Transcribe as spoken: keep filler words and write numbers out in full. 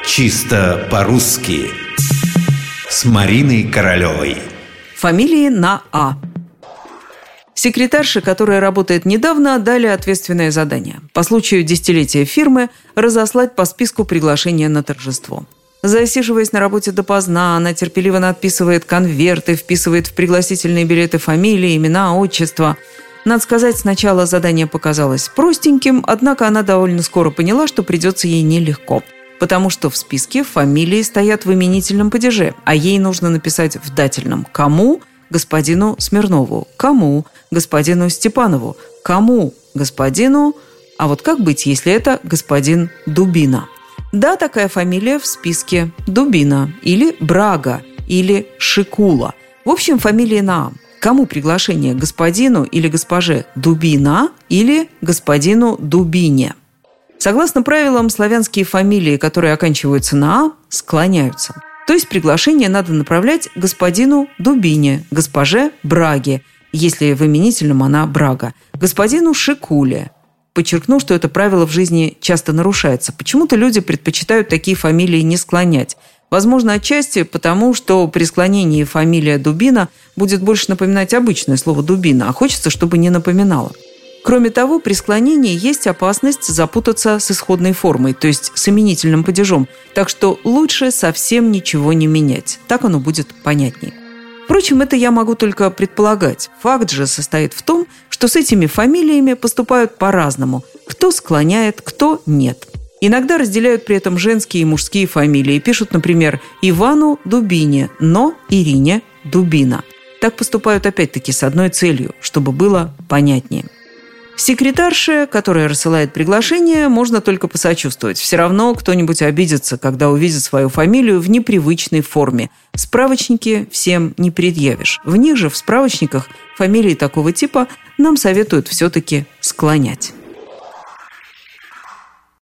Чисто по-русски с Мариной Королевой. Фамилии на «А». Секретарше, которая работает недавно, дали ответственное задание по случаю десятилетия фирмы разослать по списку приглашения на торжество. Засиживаясь на работе допоздна, она терпеливо надписывает конверты, вписывает в пригласительные билеты фамилии, имена, отчества. Надо сказать, сначала задание показалось простеньким, однако она довольно скоро поняла, что придется ей нелегко. Потому что в списке фамилии стоят в именительном падеже, а ей нужно написать в дательном «кому?» господину Смирнову, «кому?» господину Степанову, «кому?» господину... А вот как быть, если это господин Дубина? Да, такая фамилия в списке Дубина или Брага или Шикула. В общем, фамилии на «а». Кому приглашение? Господину или госпоже Дубина или господину Дубине? Согласно правилам, славянские фамилии, которые оканчиваются на «а», склоняются. То есть приглашение надо направлять господину Дубине, госпоже Браге, если в именительном она Брага, господину Шикуле. Подчеркну, что это правило в жизни часто нарушается. Почему-то люди предпочитают такие фамилии не склонять. Возможно, отчасти потому, что при склонении фамилия Дубина будет больше напоминать обычное слово «дубина», а хочется, чтобы не напоминало. Кроме того, при склонении есть опасность запутаться с исходной формой, то есть с именительным падежом, так что лучше совсем ничего не менять. Так оно будет понятней. Впрочем, это я могу только предполагать. Факт же состоит в том, что с этими фамилиями поступают по-разному. Кто склоняет, кто нет. Иногда разделяют при этом женские и мужские фамилии. Пишут, например, Ивану Дубине, но Ирине Дубина. Так поступают опять-таки с одной целью, чтобы было понятнее. Секретарше, которая рассылает приглашение, можно только посочувствовать. Все равно кто-нибудь обидится, когда увидит свою фамилию в непривычной форме. Справочники всем не предъявишь. В них же, в справочниках, фамилии такого типа нам советуют все-таки склонять.